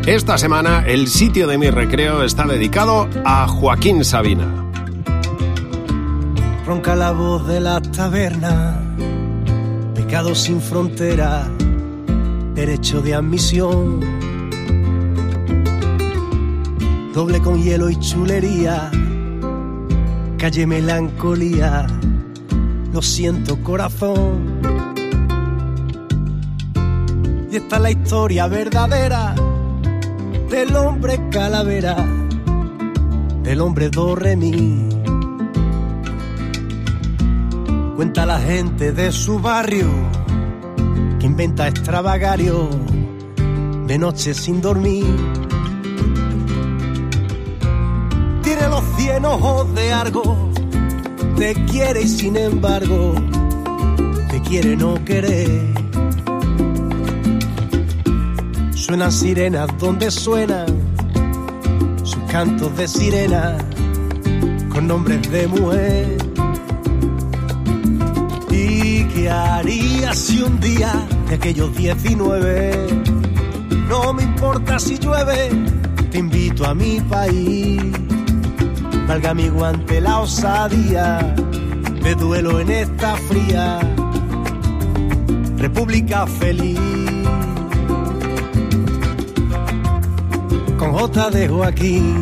Esta semana el sitio de mi recreo está dedicado a Joaquín Sabina. Ronca la voz de la taberna, pecado sin frontera, derecho de admisión, doble con hielo y chulería, calle melancolía, lo siento corazón. Y esta es la historia verdadera del hombre calavera, del hombre do re mi. Cuenta la gente de su barrio que inventa extravagario de noche sin dormir. Tiene los 100 ojos de Argo, te quiere y sin embargo te quiere no querer. Suenan sirenas donde suenan sus cantos de sirena con nombres de mujer. ¿Y qué haría si un día de aquellos 19? No me importa si llueve, te invito a mi país. Valga mi guante la osadía, me duelo en esta fría república feliz. Con J de Joaquín.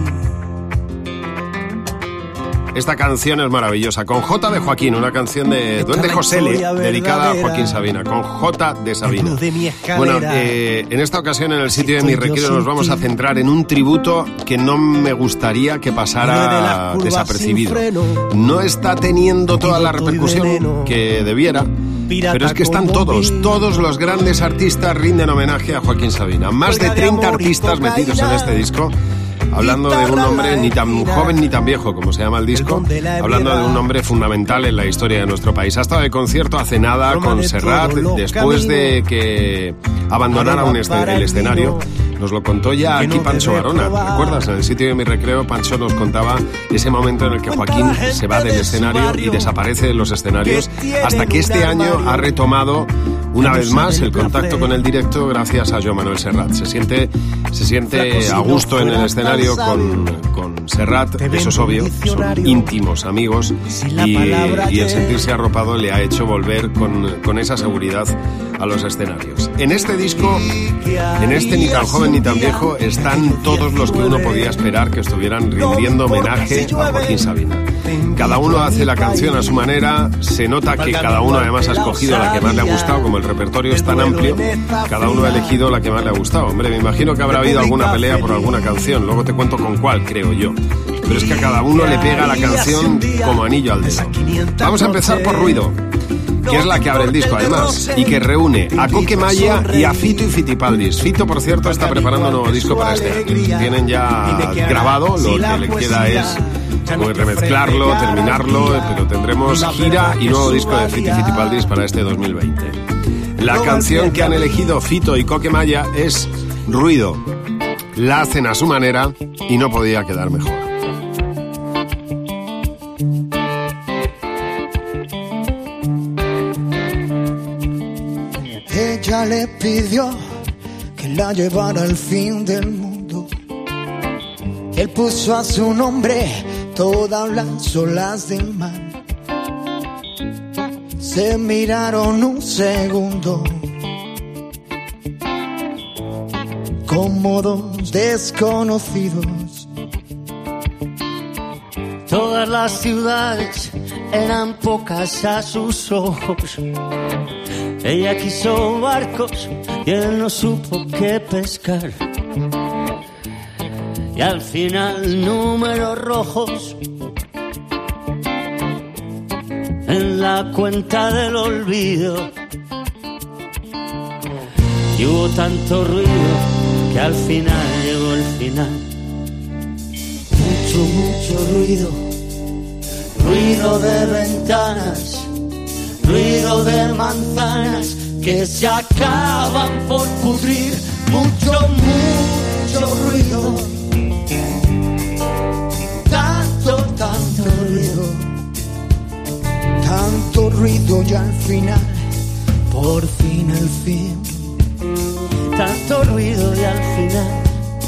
Esta canción es maravillosa. Con J de Joaquín, una canción de Duende Josele, dedicada a Joaquín Sabina. Con J de Sabina. Bueno, en esta ocasión en el sitio de mi recreo nos vamos a centrar en un tributo que no me gustaría que pasara desapercibido. No está teniendo toda la repercusión que debiera, pero es que están todos los grandes artistas rinden homenaje a Joaquín Sabina. Más de 30 artistas metidos en este disco. Hablando de un hombre ni tan joven ni tan viejo, como se llama el disco, hablando de un hombre fundamental en la historia de nuestro país. Ha estado de concierto hace nada con Serrat, después de que abandonara el escenario. Nos lo contó ya aquí Pancho Varona, ¿recuerdas? En el sitio de mi recreo, Pancho nos contaba ese momento en el que Joaquín se va del escenario y desaparece de los escenarios, hasta que este año ha retomado una vez más el contacto con el directo gracias a Joan Manuel Serrat. Se siente a gusto en el escenario con Serrat, eso es obvio, son íntimos amigos, y el sentirse arropado le ha hecho volver con esa seguridad a los escenarios. En este disco, en este Ni tan joven ni tan viejo, están todos los que uno podía esperar que estuvieran rindiendo homenaje a Joaquín Sabina. Cada uno hace la canción a su manera, se nota que cada uno además ha escogido la que más le ha gustado, como el repertorio es tan amplio, cada uno ha elegido la que más le ha gustado. Hombre, me imagino que habrá habido alguna pelea por alguna canción, luego te cuento con cuál, creo yo. Pero es que a cada uno le pega la canción como anillo al dedo. Vamos a empezar por Ruido, que es la que abre el disco además, y que reúne a Coquemaya y a Fito y Fitipaldis. Fito, por cierto, está preparando un nuevo disco para este año. Tienen ya grabado, lo que le queda es remezclarlo, terminarlo, pero tendremos gira y nuevo disco de Fito y Fitipaldis para este 2020. La canción que han elegido Fito y Coquemaya es Ruido. La hacen a su manera y no podía quedar mejor. Ella le pidió que la llevara al fin del mundo. Él puso a su nombre todas las olas del mar. Se miraron un segundo, como dos desconocidos. Todas las ciudades eran pocas a sus ojos. Ella quiso barcos y él no supo qué pescar. Y al final números rojos en la cuenta del olvido. Y hubo tanto ruido que al final llegó el final. Mucho ruido. Ruido de ventanas, ruido de manzanas que se acaban por pudrir. Mucho ruido. Tanto ruido. Tanto ruido y al final, por fin el fin. Tanto ruido y al final,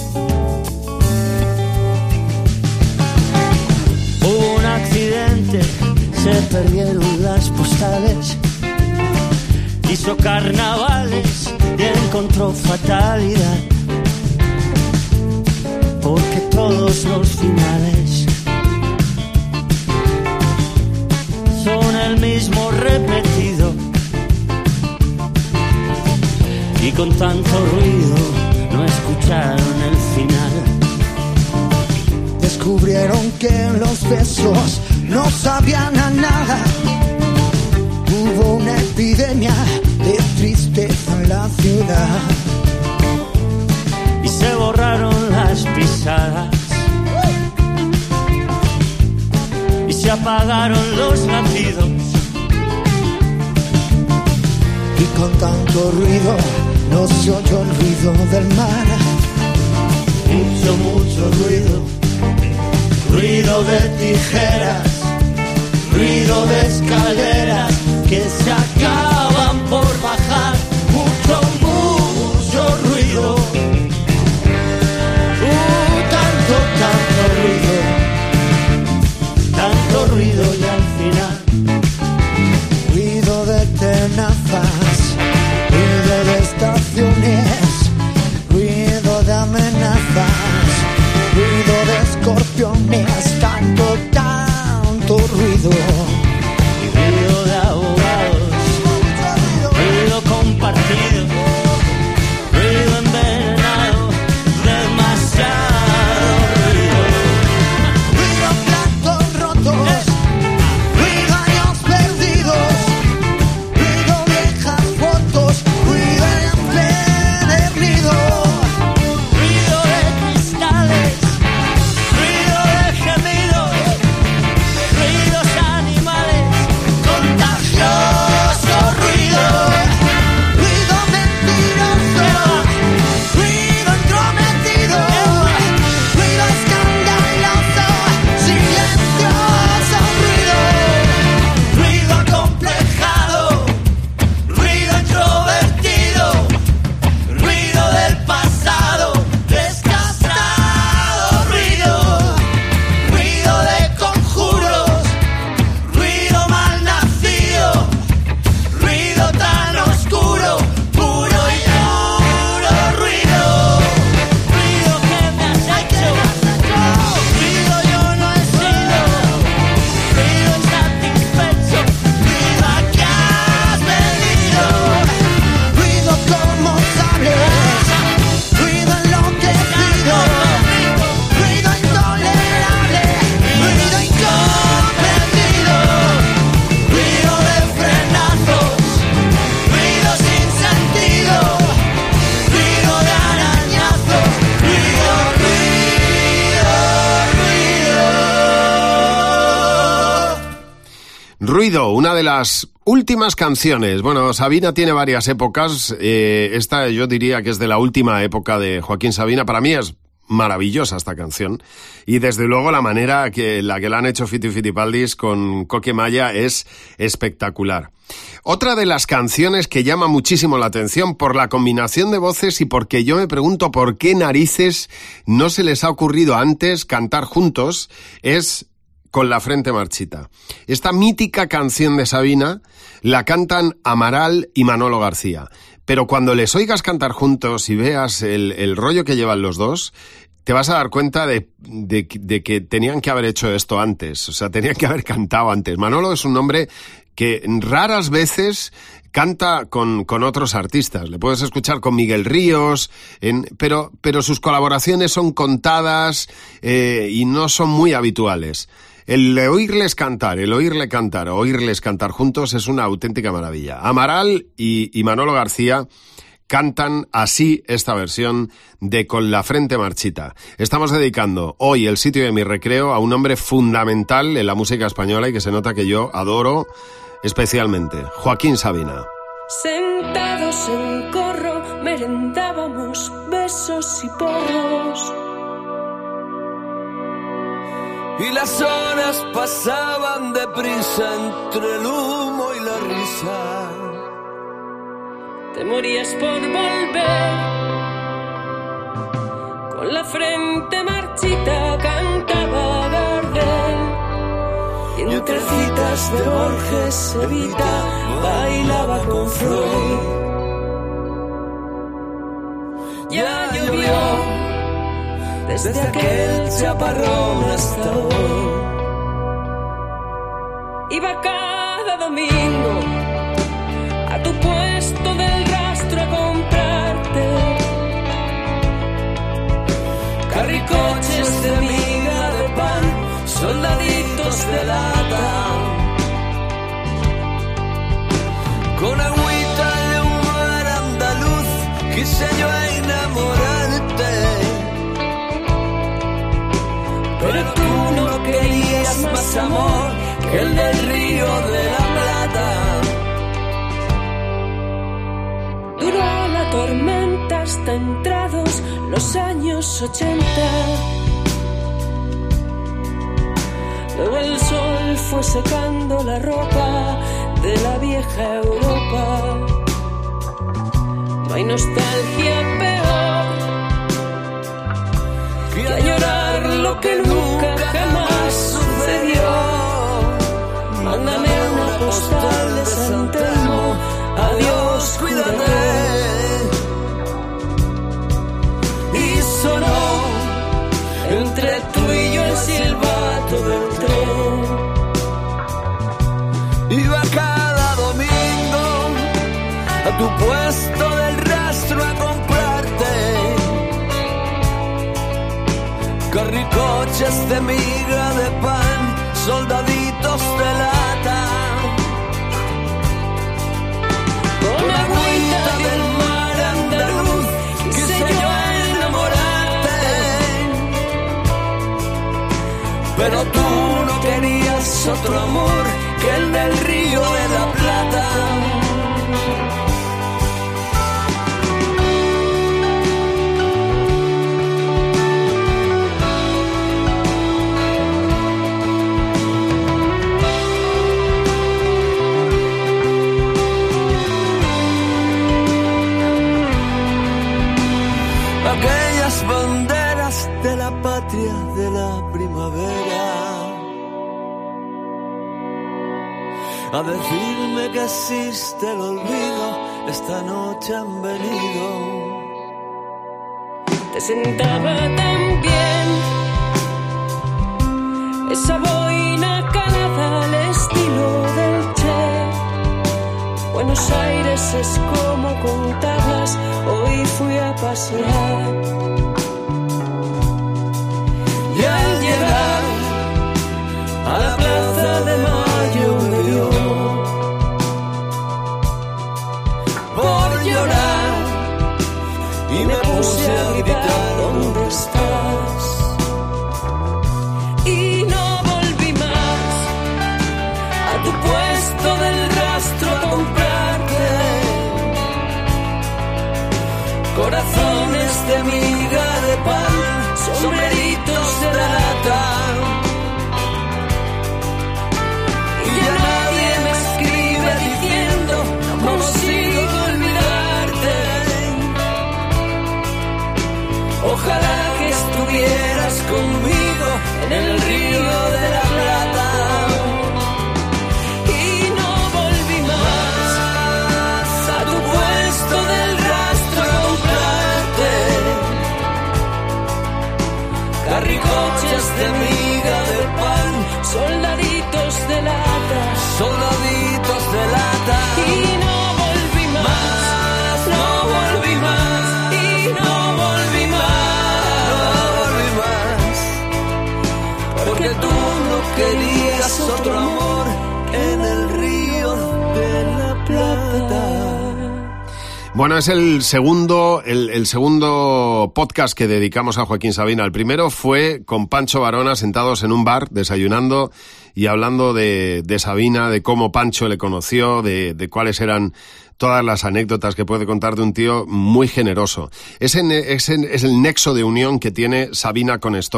se perdieron las postales. Hizo carnavales y encontró fatalidad, porque todos los finales son el mismo repetido, y con tanto ruido no escucharon el final. Descubrieron que los besos no sabían a nada. Hubo una epidemia de tristeza en la ciudad. Y se borraron las pisadas. Y se apagaron los latidos. Y con tanto ruido no se oyó el ruido del mar. Mucho ruido. Ruido de tijeras. Ruido de escaleras que se acaban por bajar. Mucho ruido. Tanto ruido y al final ruido de tenazas, ruido de estaciones, ruido de amenazas, ruido de escorpiones, tanto ruido. Ruido de abogados, ruido compartido, ruido envenenado, demasiado ruido. Ruido platos rotos, ruido años perdidos, ruido viejas fotos, ruido empedernido. Ruido de cristales, ruido de gemidos, ruidos animales, contagioso ruido. Ruido mentiroso, ruido entrometido, ruido escandaloso, silencioso ruido. Ruido acomplejado, ruido introvertido, ruido del pasado, descastrado ruido. Ruido de conjuros, ruido malnacido, ruido tan oscuro, puro y duro ruido. Ruido que me has hecho, ruido yo no he sido, ruido insatisfecho, ruido a que has venido. Ruido como sables, ruido enloquecido, ruido intolerable, ruido incomprendido, Ruido de frenazos, ruido sin sentido, ruido de arañazos, ruido. Ruido, una de las últimas canciones. Bueno, Sabina tiene varias épocas. Esta yo diría que es de la última época de Joaquín Sabina. Para mí es maravillosa esta canción. Y desde luego la manera que la han hecho Fito y Fitipaldis con Coque Maya es espectacular. Otra de las canciones que llama muchísimo la atención por la combinación de voces y porque yo me pregunto por qué narices no se les ha ocurrido antes cantar juntos es Con la frente marchita. Esta mítica canción de Sabina la cantan Amaral y Manolo García. Pero cuando les oigas cantar juntos y veas el rollo que llevan los dos, te vas a dar cuenta de que tenían que haber hecho esto antes. O sea, tenían que haber cantado antes. Manolo es un hombre que raras veces canta con otros artistas. Le puedes escuchar con Miguel Ríos, pero sus colaboraciones son contadas y no son muy habituales. El oírles cantar, oírles cantar juntos es una auténtica maravilla. Amaral y Manolo García cantan así esta versión de Con la frente marchita. Estamos dedicando hoy el sitio de mi recreo a un hombre fundamental en la música española y que se nota que yo adoro especialmente, Joaquín Sabina. Sentados en corro, merendábamos besos y porros. Y las horas pasaban deprisa entre el humo y la risa. Te morías por volver. Con la frente marchita cantaba Gardel. Y Entre citas de Borges, Evita bailaba con Freud. Ya llovió desde aquel chaparrón hasta hoy. Iba cada domingo a tu puesto del rastro a comprarte carricoches de miga de pan, soldaditos de lata, con agüita de un mar andaluz quise yo enamorarte, pero tú no querías más amor que el del río de la Plata. Duró la tormenta hasta entrados los años 80. Luego el sol fue secando la ropa de la vieja Europa. No hay nostalgia peor que a llorar lo que nunca jamás sucedió. Mándame una postal de San Telmo, adiós, cuídate. Y sonó Entre tú y yo el silbato del tren. Iba cada domingo a tu puesto del rastro a comprarte carricoches de miga de pan, soldaditos de lata, Con agüita del mar andaluz quise yo enamorarte, pero tú no querías otro amor que el del río de la Plata. Aquellas banderas de la patria de la primavera, a decirme que existe el olvido, esta noche han venido. te sentaba tan bien esa boina calada al estilo del Che. Buenos Aires es como contabas, hoy fui a pasear. Y al llegar a la Plaza de Mayo me dio por llorar y me puse a gritar ¿dónde estás? Y no volví más a tu puesto del rastro a comprarte Corazones de miga de pan, sombreritos de lata. Y ya nadie me escribe diciendo no consigo olvidarte. Ojalá que estuvieras conmigo en el río de la Plata. y no volví más A tu puesto del rastro a comprarte carricoches de miga de pan, soldaditos de lata. soldaditos de lata. Y no volví más, no volví más, y no volví más, Porque tú no querías otro amor en el río de la Plata. Bueno, es el segundo podcast que dedicamos a Joaquín Sabina. El primero fue con Pancho Varona sentados en un bar, desayunando y hablando de Sabina, de cómo Pancho le conoció, de cuáles eran todas las anécdotas que puede contar de un tío muy generoso. Es el nexo de unión que tiene Sabina con Estopa.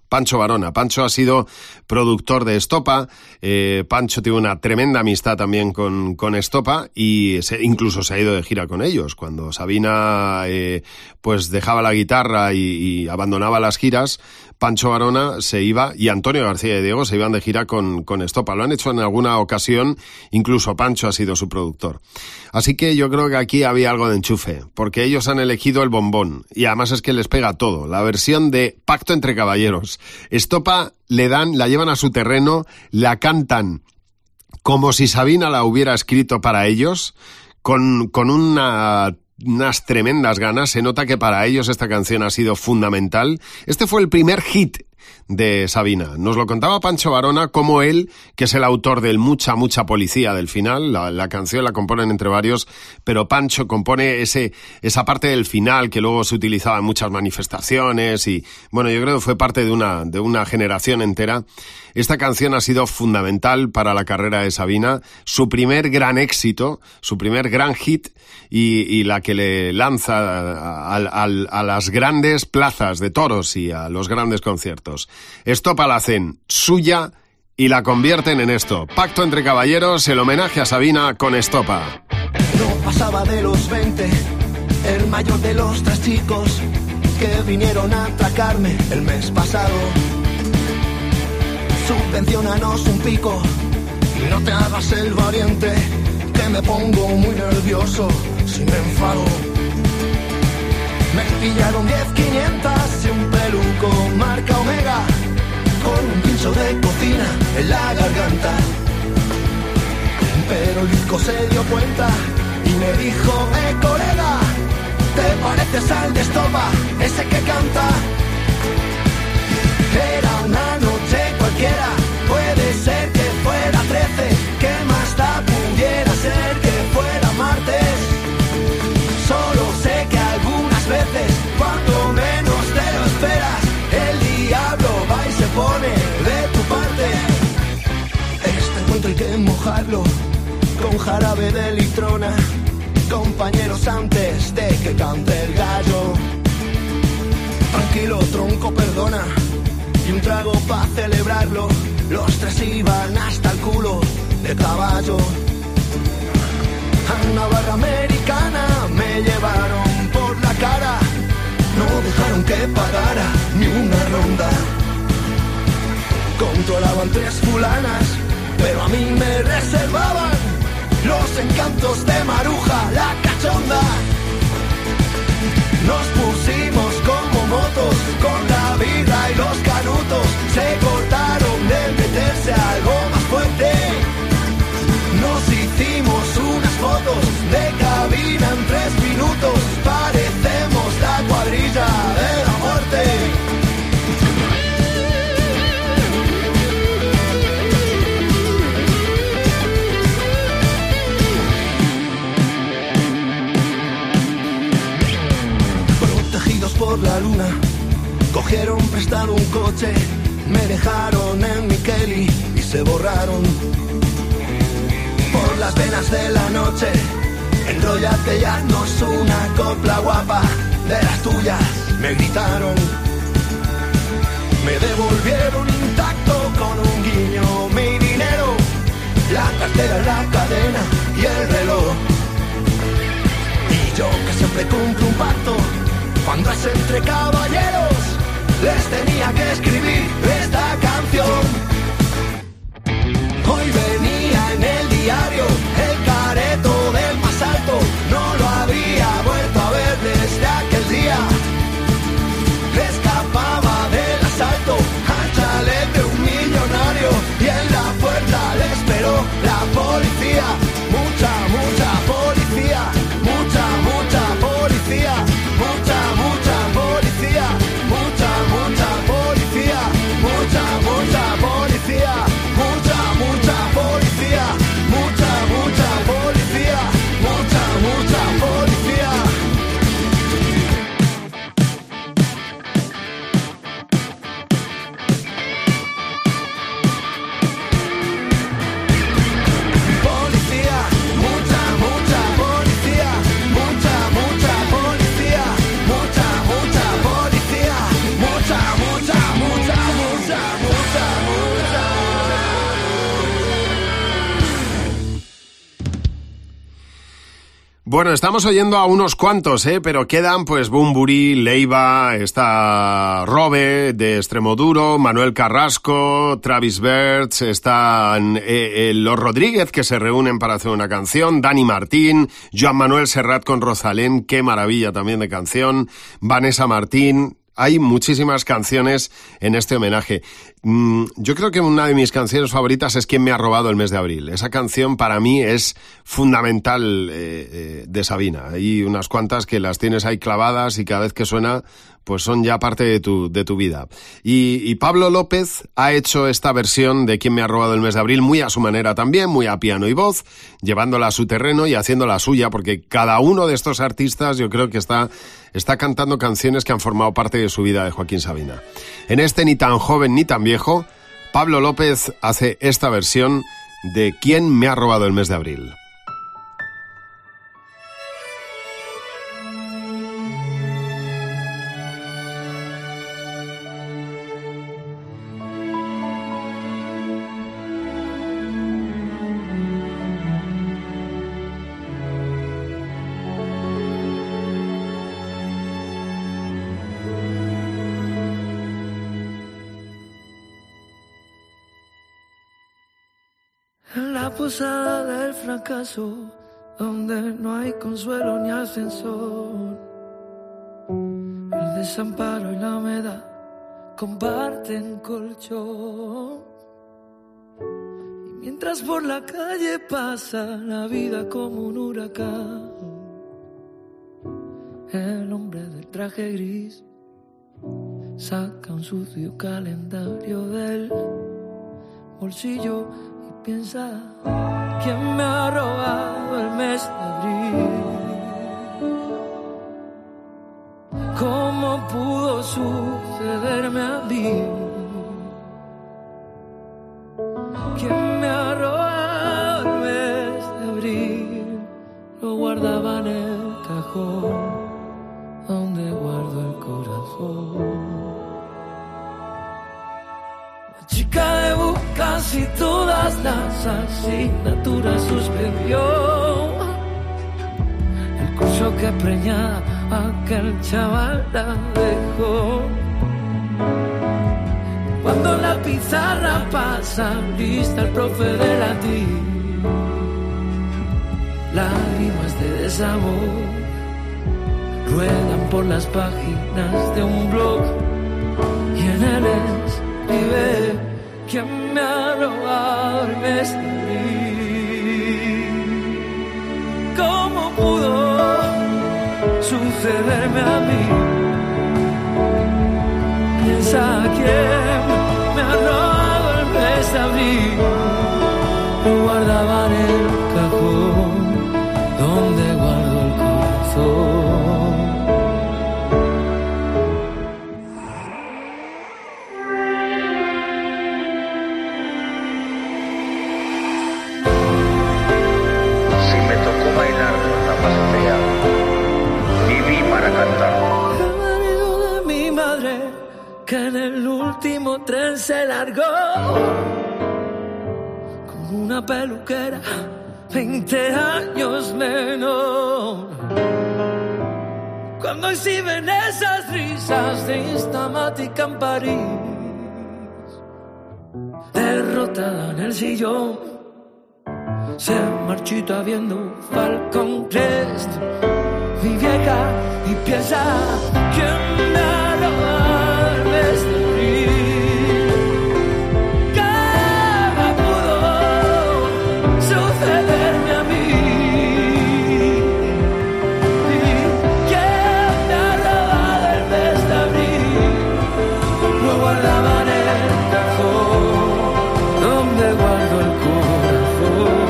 Pancho Varona. Pancho ha sido productor de Estopa, Pancho tiene una tremenda amistad también con Estopa y incluso se ha ido de gira con ellos. Cuando Sabina pues dejaba la guitarra y abandonaba las giras, Pancho Varona se iba y Antonio García y Diego se iban de gira con Estopa. Lo han hecho en alguna ocasión, incluso Pancho ha sido su productor. Así que yo creo que aquí había algo de enchufe, porque ellos han elegido el bombón y además es que les pega todo. La versión de Pacto entre Caballeros. Estopa la llevan a su terreno, la cantan como si Sabina la hubiera escrito para ellos, con unas tremendas ganas. Se nota que para ellos esta canción ha sido fundamental. Este fue el primer hit de Sabina. Nos lo contaba Pancho Varona, como él, que es el autor del Mucha Policía del final. La canción la componen entre varios, pero Pancho compone esa parte del final que luego se utilizaba en muchas manifestaciones y, bueno, yo creo que fue parte de una generación entera. Esta canción ha sido fundamental para la carrera de Sabina, su primer gran éxito, su primer gran hit y la que le lanza a las grandes plazas de toros y a los grandes conciertos. Estopa la hacen suya y la convierten en esto. Pacto entre Caballeros, el homenaje a Sabina con Estopa. No pasaba de los 20, el mayor de los 3 chicos que vinieron a atracarme el mes pasado. Subvenciónanos un pico y no te hagas el valiente, que me pongo muy nervioso si me enfado. Me pillaron 10.500 y un peluco marca Omega, con un pincho de cocina en la garganta. Pero el disco se dio cuenta y me dijo: colega, ¿te pareces al de Estopa, ese que canta? Era una noche cualquiera, puede ser que fuera 13, ¿qué más da? Pudiera ser que fuera martes. Solo sé que algunas veces, cuando menos te lo esperas, el diablo va y se pone de tu parte. Este encuentro hay que mojarlo con jarabe de litrona, compañeros, antes de que cante el gallo. Tranquilo, tronco, perdona, y un trago pa' celebrarlo. Los 3 iban hasta el culo de caballo. A una barra americana me llevaron por la cara, no dejaron que pagara ni una ronda. Controlaban 3 fulanas, pero a mí me reservaban los encantos de Maruja, la cachonda. Nos pusimos como motos con la birra y los canutos, se cortaron de meterse algo más fuerte. Nos hicimos unas fotos de cabina en 3 minutos, parecemos la cuadrilla de la muerte. Protegidos por la luna, cogieron prestado un coche, me dejaron en mi Kelly y se borraron. Por las venas de la noche, enróllate ya, no es una copla guapa de las tuyas, me gritaron. Me devolvieron intacto con un guiño mi dinero, la cartera, la cadena y el reloj. Y yo, que siempre cumplo un pacto, cuando es entre caballeros, les tenía que escribir esta canción. Hoy venía en el diario el careto del más alto, no lo había vuelto a ver desde aquel día. Escapaba del asalto al chalet de un millonario y en la puerta le esperó la policía. Mucha policía, mucha policía, mucha policía, mucha policía, mucha policía, mucha policía, mucha policía, mucha policía. Policía. Bueno, estamos oyendo a unos cuantos, pero quedan pues Bumburi, Leiva, está Robe de Extremoduro, Manuel Carrasco, Travis Bertz, están los Rodríguez que se reúnen para hacer una canción, Dani Martín, Joan Manuel Serrat con Rosalén, qué maravilla también de canción, Vanessa Martín. Hay muchísimas canciones en este homenaje. Yo creo que una de mis canciones favoritas es ¿Quién me ha robado el mes de abril? Esa canción para mí es fundamental de Sabina. Hay unas cuantas que las tienes ahí clavadas y cada vez que suena pues son ya parte de tu vida. Y Pablo López ha hecho esta versión de ¿Quién me ha robado el mes de abril? Muy a su manera también, muy a piano y voz, llevándola a su terreno y haciéndola suya, porque cada uno de estos artistas yo creo que está cantando canciones que han formado parte de su vida de Joaquín Sabina. En este Ni tan joven ni tan viejo, Pablo López hace esta versión de ¿Quién me ha robado el mes de abril? En la posada del fracaso, donde no hay consuelo ni ascensor, el desamparo y la humedad comparten colchón. Y mientras por la calle pasa la vida como un huracán, el hombre del traje gris saca un sucio calendario del bolsillo y piensa: ¿quién me ha robado el mes de abril? ¿Cómo pudo sucederme a mí? ¿Quién me ha robado el mes de abril? Lo guardaba en el cajón donde guardo el corazón. La chica de casi todas las asignaturas suspendió. El curso que preñaba aquel chaval la dejó. Cuando la pizarra pasa lista el profe de latín, lágrimas de desamor ruedan por las páginas de un blog y en él escribe: ¿quién me ha robado el mes de abril? ¿Cómo pudo sucederme a mí? Piensa: ¿quién me ha robado el mes de abril? Lo guardaba en el cajón donde guardo el corazón. Que en el último tren se largó con una peluquera 20 años menor. Cuando exhiben esas risas de Instamatic en París, derrotada en el sillón, se marchita viendo Falcon Crest, mi vieja, y piensa: ¿quién me ha robado el mes de abril? ¿Cómo pudo sucederme a mí? ¿Quién me ha robado el mes de abril? Lo guardaba en el cajón donde guardo el corazón.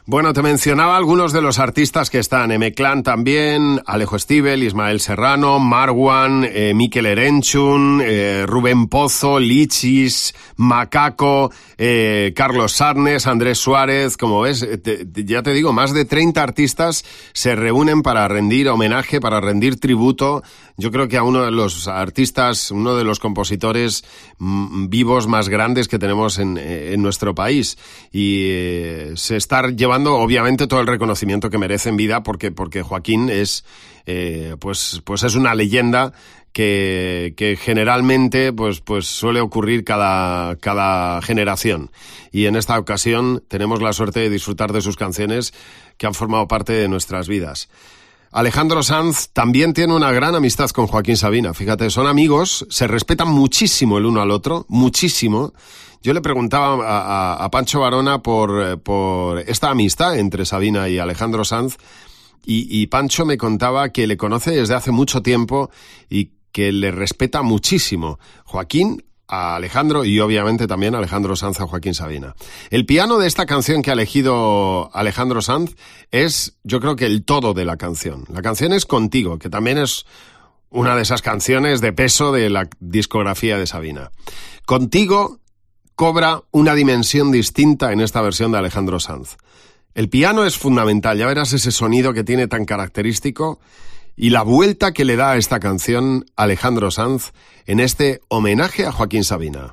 Bueno, te mencionaba algunos de los artistas que están. M-Clan también, Alejo Stivel, Ismael Serrano, Marwan, Mikel Erenchun, Rubén Pozo, Lichis, Macaco, Carlos Sarnes, Andrés Suárez. Como ves, ya te digo, más de 30 artistas se reúnen para rendir homenaje, para rendir tributo. Yo creo que a uno de los artistas, uno de los compositores vivos más grandes que tenemos en nuestro país. Y se está llevando, obviamente, todo el reconocimiento que merece en vida, porque Joaquín es, pues es una leyenda que generalmente pues suele ocurrir cada generación. Y en esta ocasión tenemos la suerte de disfrutar de sus canciones que han formado parte de nuestras vidas. Alejandro Sanz también tiene una gran amistad con Joaquín Sabina. Fíjate, son amigos, se respetan muchísimo el uno al otro, muchísimo. Yo le preguntaba a Pancho Varona por esta amistad entre Sabina y Alejandro Sanz, y Pancho me contaba que le conoce desde hace mucho tiempo y que le respeta muchísimo Joaquín a Alejandro, y obviamente también Alejandro Sanz a Joaquín Sabina. El piano de esta canción que ha elegido Alejandro Sanz es, yo creo que el todo de la canción. La canción es Contigo, que también es una de esas canciones de peso de la discografía de Sabina. Contigo cobra una dimensión distinta en esta versión de Alejandro Sanz. El piano es fundamental, ya verás ese sonido que tiene tan característico y la vuelta que le da a esta canción Alejandro Sanz en este homenaje a Joaquín Sabina.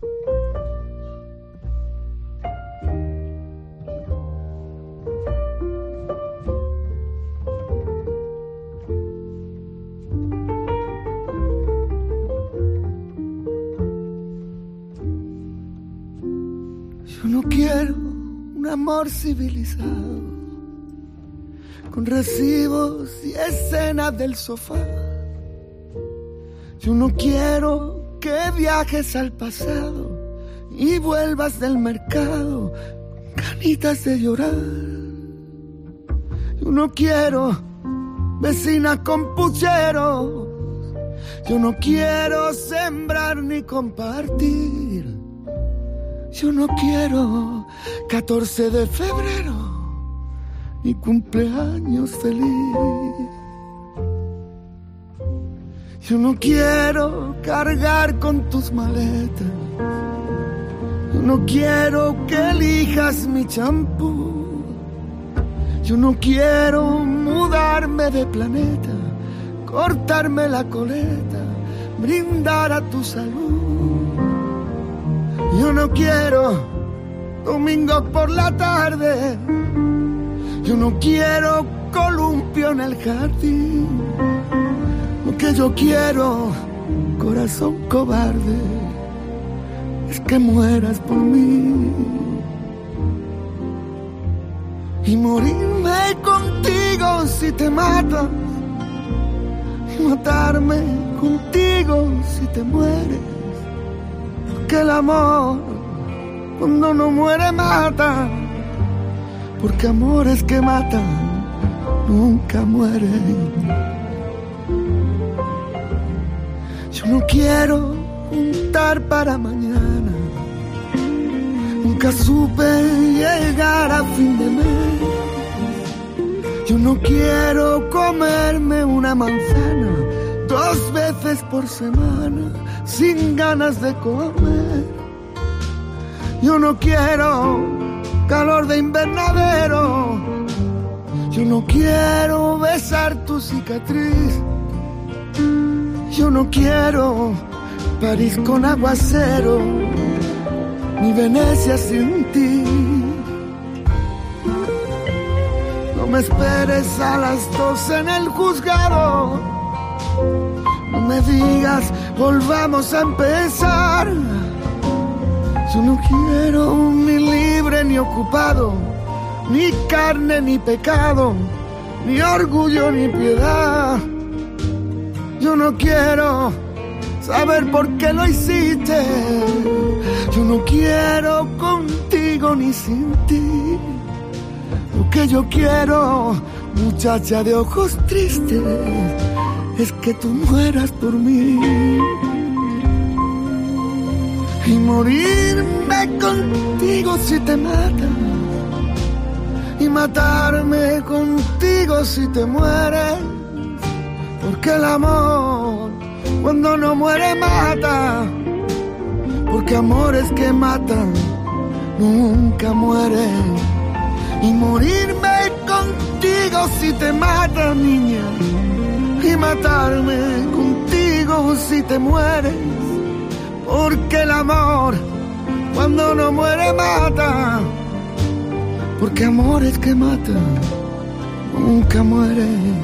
Yo no quiero un amor civilizado, con recibos y escenas del sofá. Yo no quiero que viajes al pasado y vuelvas del mercado con ganitas de llorar. Yo no quiero vecina con pucheros. Yo no quiero sembrar ni compartir. Yo no quiero 14 de febrero ni cumpleaños feliz. Yo no quiero cargar con tus maletas. Yo no quiero que elijas mi champú. Yo no quiero mudarme de planeta, cortarme la coleta, brindar a tu salud. Yo no quiero domingo por la tarde. Yo no quiero columpio en el jardín. Lo que yo quiero, corazón cobarde, es que mueras por mí. Y morirme contigo si te matas, y matarme contigo si te mueres. Porque el amor, cuando no muere, mata. Porque amores que matan nunca mueren. Yo no quiero juntar para mañana. Nunca supe llegar a fin de mes. Yo no quiero comerme una manzana 2 veces por semana sin ganas de comer. Yo no quiero calor de invernadero. Yo no quiero besar tu cicatriz. Yo no quiero París con aguacero, ni Venecia sin ti. No me esperes a las 12 en el juzgado. No me digas volvamos a empezar. Yo no quiero ni libre ni ocupado, ni carne ni pecado, ni orgullo ni piedad. Yo no quiero saber por qué lo hiciste. Yo no quiero contigo ni sin ti. Lo que yo quiero, muchacha de ojos tristes, es que tú mueras por mí. Y morirme contigo si te mata. y matarme contigo si te mueres, porque el amor cuando no muere mata, porque amores que matan nunca mueren. Y morirme contigo si te mata, niña, y matarme contigo si te mueres, porque el amor cuando no muere mata, porque amores que matan nunca mueren.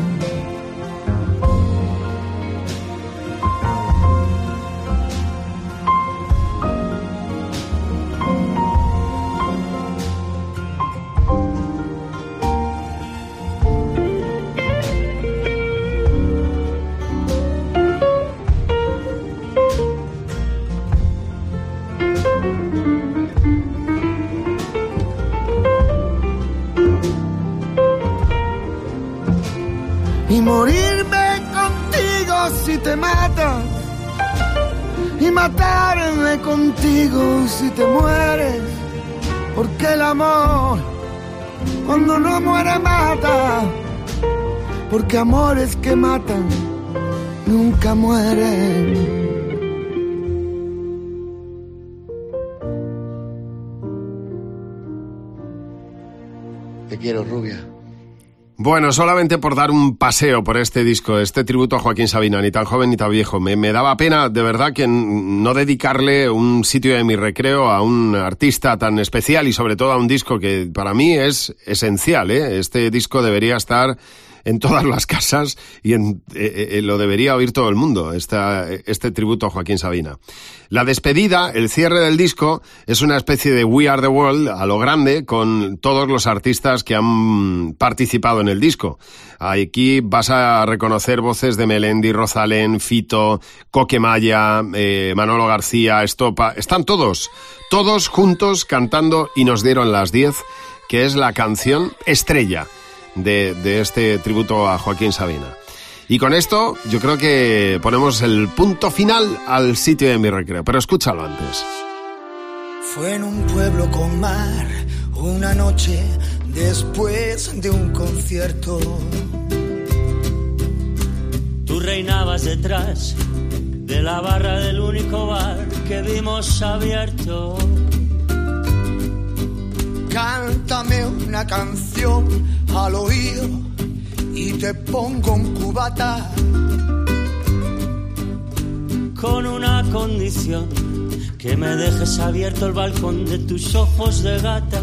Y morirme contigo si te mata, y matarme contigo si te mueres, porque el amor cuando no muere mata, porque amores que matan nunca mueren. Te quiero, rubia. Bueno, solamente por dar un paseo por este disco, este tributo a Joaquín Sabina, ni tan joven ni tan viejo, me daba pena de verdad que no dedicarle un sitio de mi recreo a un artista tan especial y sobre todo a un disco que para mí es esencial, ¿eh? Este disco debería estar en todas las casas y lo debería oír todo el mundo, este tributo a Joaquín Sabina. La despedida, el cierre del disco, es una especie de We Are the World a lo grande con todos los artistas que han participado en el disco. Aquí vas a reconocer voces de Melendi, Rosalén, Fito, Coquemaya, Manolo García, Estopa. Están todos juntos cantando Y nos dieron las 10, que es la canción estrella de este tributo a Joaquín Sabina. Y con esto yo creo que ponemos el punto final al sitio de mi recreo, pero escúchalo antes. Fue en un pueblo con mar, una noche después de un concierto. Tú reinabas detrás de la barra del único bar que vimos abierto. Cántame una canción al oído y te pongo un cubata. Con una condición, que me dejes abierto el balcón de tus ojos de gata.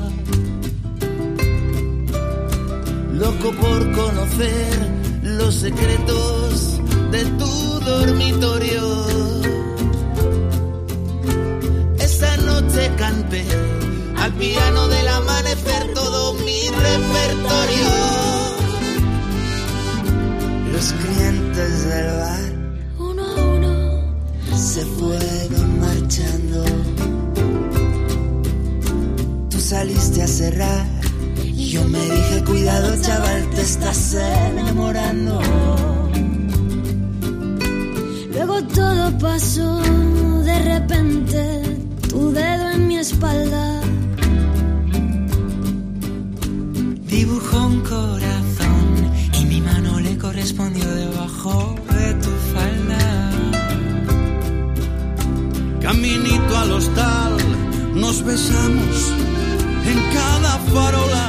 Loco por conocer los secretos de tu dormitorio. Esa noche canté al piano del amanecer todo mi repertorio. Los clientes del bar, uno a uno, se fueron marchando. Tú saliste a cerrar y yo me dije, cuidado chaval, te estás enamorando. luego todo pasó de repente, tu dedo en mi espalda dibujó un corazón y mi mano le correspondió debajo de tu falda. Caminito al hostal, nos besamos en cada farola.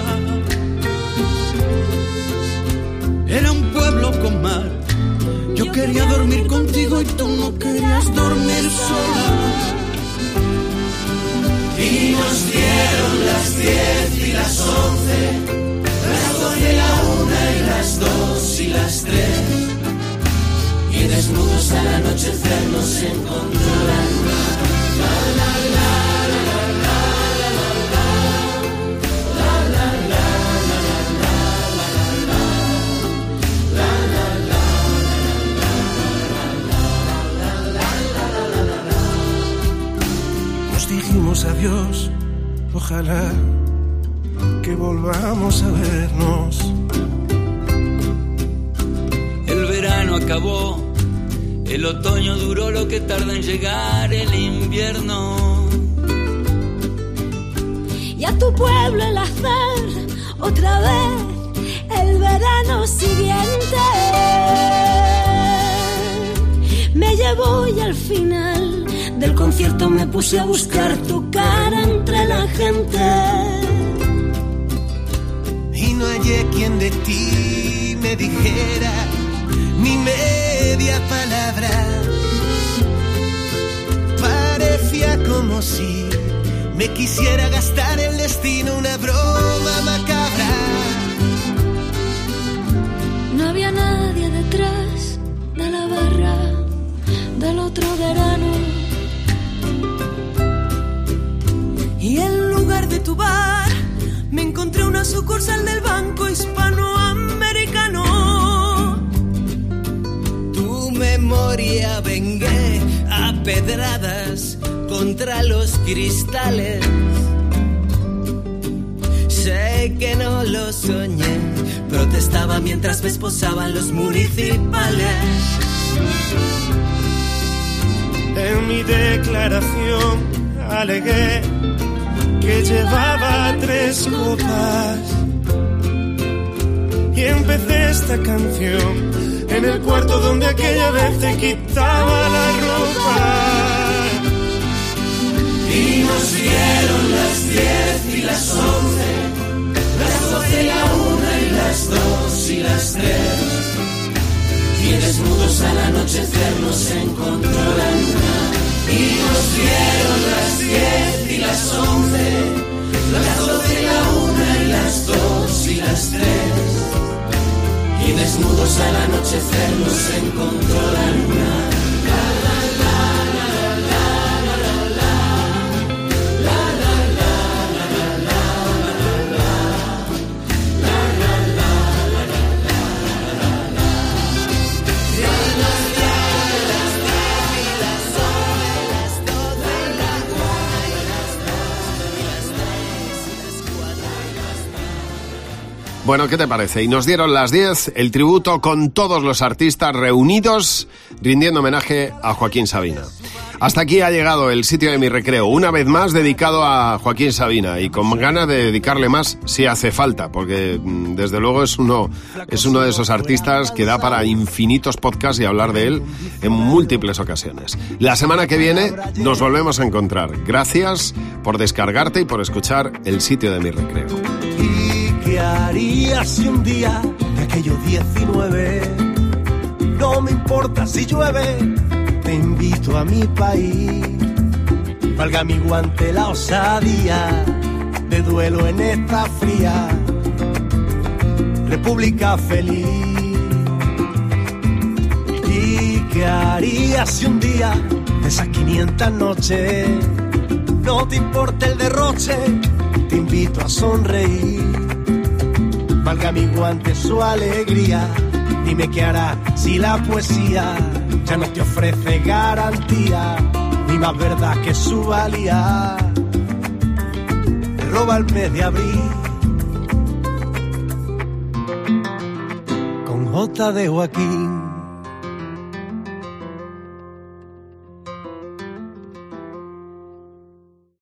Era un pueblo con mar, yo quería dormir contigo y tú no querías dormir sola. Y nos dieron las 10 y las 11, las 12, la 1 y las 2 y las 3. Y desnudos al anochecer nos encontró la luna. La, la, la, la, la, la, la, la, la, la, la. Nos dijimos adiós, ojalá que volvamos a vernos. El verano acabó, el otoño duró lo que tarda en llegar el invierno. y a tu pueblo el azar otra vez el verano siguiente. Me llevó y al final del concierto me puse a buscar tu cara entre la gente. Y no hallé quien de ti me dijera ni media palabra. Parecía como si me quisiera gastar el destino, una broma macabra. No había nadie detrás de la barra del otro verano. Y en lugar de tu bar me encontré una sucursal del Banco Hispanoamericano. Tu memoria vengué a pedradas contra los cristales. Sé que no lo soñé, protestaba mientras me esposaban los municipales. En mi declaración alegué que llevaba 3 copas y empecé esta canción en el cuarto donde aquella vez te quitaba la ropa. Y nos dieron las 10 y las 11, las 12 y la 1 y las 2 y las 3. Y desnudos al anochecer nos encontró la luna. Y nos dieron las 10 y las 11, las 12 y la 1 y las 2 y las 3. Y desnudos al anochecer nos encontró la luna. Bueno, ¿qué te parece? Y nos dieron las 10, el tributo con todos los artistas reunidos rindiendo homenaje a Joaquín Sabina. Hasta aquí ha llegado el sitio de mi recreo, una vez más dedicado a Joaquín Sabina y con ganas de dedicarle más si hace falta, porque desde luego es uno de esos artistas que da para infinitos podcasts y hablar de él en múltiples ocasiones. La semana que viene nos volvemos a encontrar. Gracias por descargarte y por escuchar el sitio de mi recreo. ¿Qué harías si un día de aquellos 19? No me importa si llueve, te invito a mi país. Valga mi guante la osadía de duelo en esta fría república feliz. ¿Y qué harías si un día de esas 500 noches no te importa el derroche? Te invito a sonreír. Valga mi guante su alegría. Dime qué hará si la poesía ya no te ofrece garantía, ni más verdad que su valía. Te roba el mes de abril con J de Joaquín.